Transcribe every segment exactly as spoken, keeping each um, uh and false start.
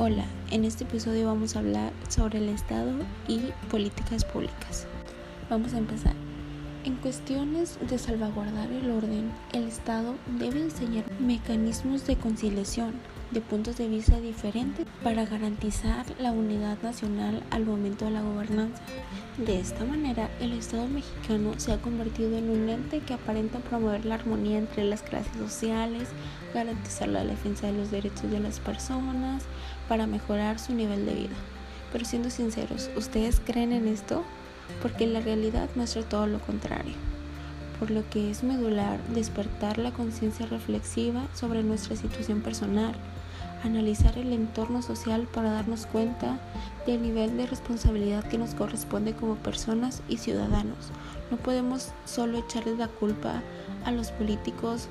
Hola, en este episodio vamos a hablar sobre el Estado y políticas públicas. Vamos a empezar. En cuestiones de salvaguardar el orden, el Estado debe diseñar mecanismos de conciliación de puntos de vista diferentes para garantizar la unidad nacional al momento de la gobernanza. De esta manera, el Estado mexicano se ha convertido en un ente que aparenta promover la armonía entre las clases sociales, garantizar la defensa de los derechos de las personas, para mejorar su nivel de vida. Pero siendo sinceros, ¿ustedes creen en esto? Porque la realidad muestra todo lo contrario. Por lo que es medular despertar la conciencia reflexiva sobre nuestra situación personal, analizar el entorno social para darnos cuenta del nivel de responsabilidad que nos corresponde como personas y ciudadanos. No podemos solo echarles la culpa a los políticos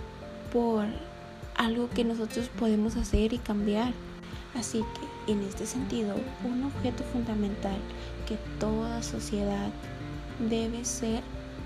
por algo que nosotros podemos hacer y cambiar. Así que, en este sentido, un objeto fundamental que toda sociedad debe ser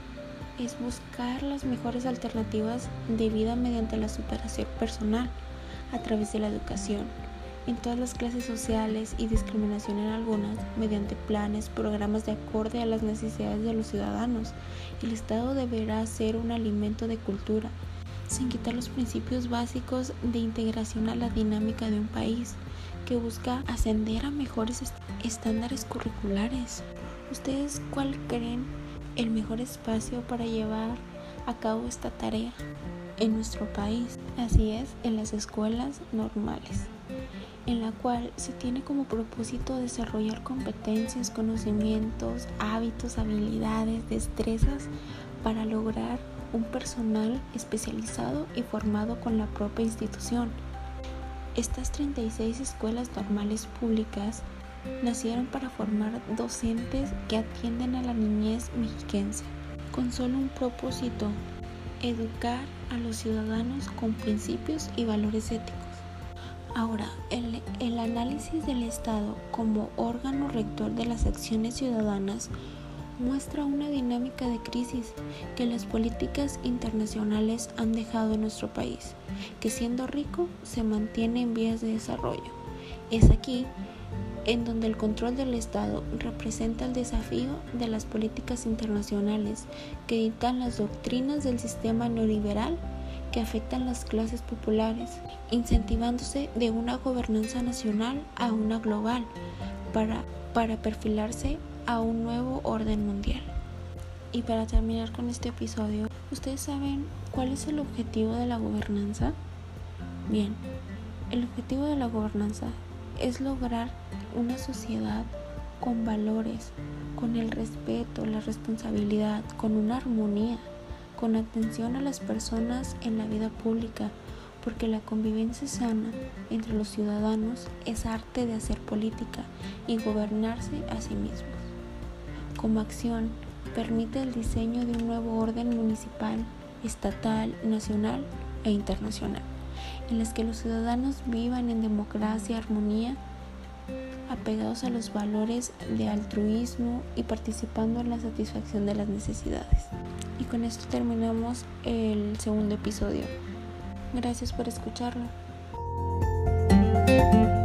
es buscar las mejores alternativas de vida mediante la superación personal a través de la educación en todas las clases sociales y discriminación en algunas mediante planes, programas de acorde a las necesidades de los ciudadanos. El Estado deberá ser un alimento de cultura, sin quitar los principios básicos de integración a la dinámica de un país que busca ascender a mejores est- estándares curriculares. ¿Ustedes cuál creen el mejor espacio para llevar a cabo esta tarea en nuestro país? Así es, en las escuelas normales, en la cual se tiene como propósito desarrollar competencias, conocimientos, hábitos, habilidades, destrezas para lograr un personal especializado y formado con la propia institución. Estas treinta y seis escuelas normales públicas nacieron para formar docentes que atienden a la niñez mexiquense, con solo un propósito: educar a los ciudadanos con principios y valores éticos. Ahora, el, el análisis del Estado como órgano rector de las acciones ciudadanas muestra una dinámica de crisis que las políticas internacionales han dejado en nuestro país, que siendo rico se mantiene en vías de desarrollo. Es aquí en donde el control del Estado representa el desafío de las políticas internacionales que dictan las doctrinas del sistema neoliberal que afectan las clases populares, incentivándose de una gobernanza nacional a una global para, para perfilarse a un nuevo orden mundial. Y para terminar con este episodio, ¿ustedes saben cuál es el objetivo de la gobernanza? Bien, el objetivo de la gobernanza es lograr una sociedad con valores, con el respeto, la responsabilidad, con una armonía, con atención a las personas en la vida pública, porque la convivencia sana entre los ciudadanos es arte de hacer política y gobernarse a sí mismos. Como acción, permite el diseño de un nuevo orden municipal, estatal, nacional e internacional, en las que los ciudadanos vivan en democracia y armonía, apegados a los valores de altruismo y participando en la satisfacción de las necesidades. Y con esto terminamos el segundo episodio. Gracias por escucharlo.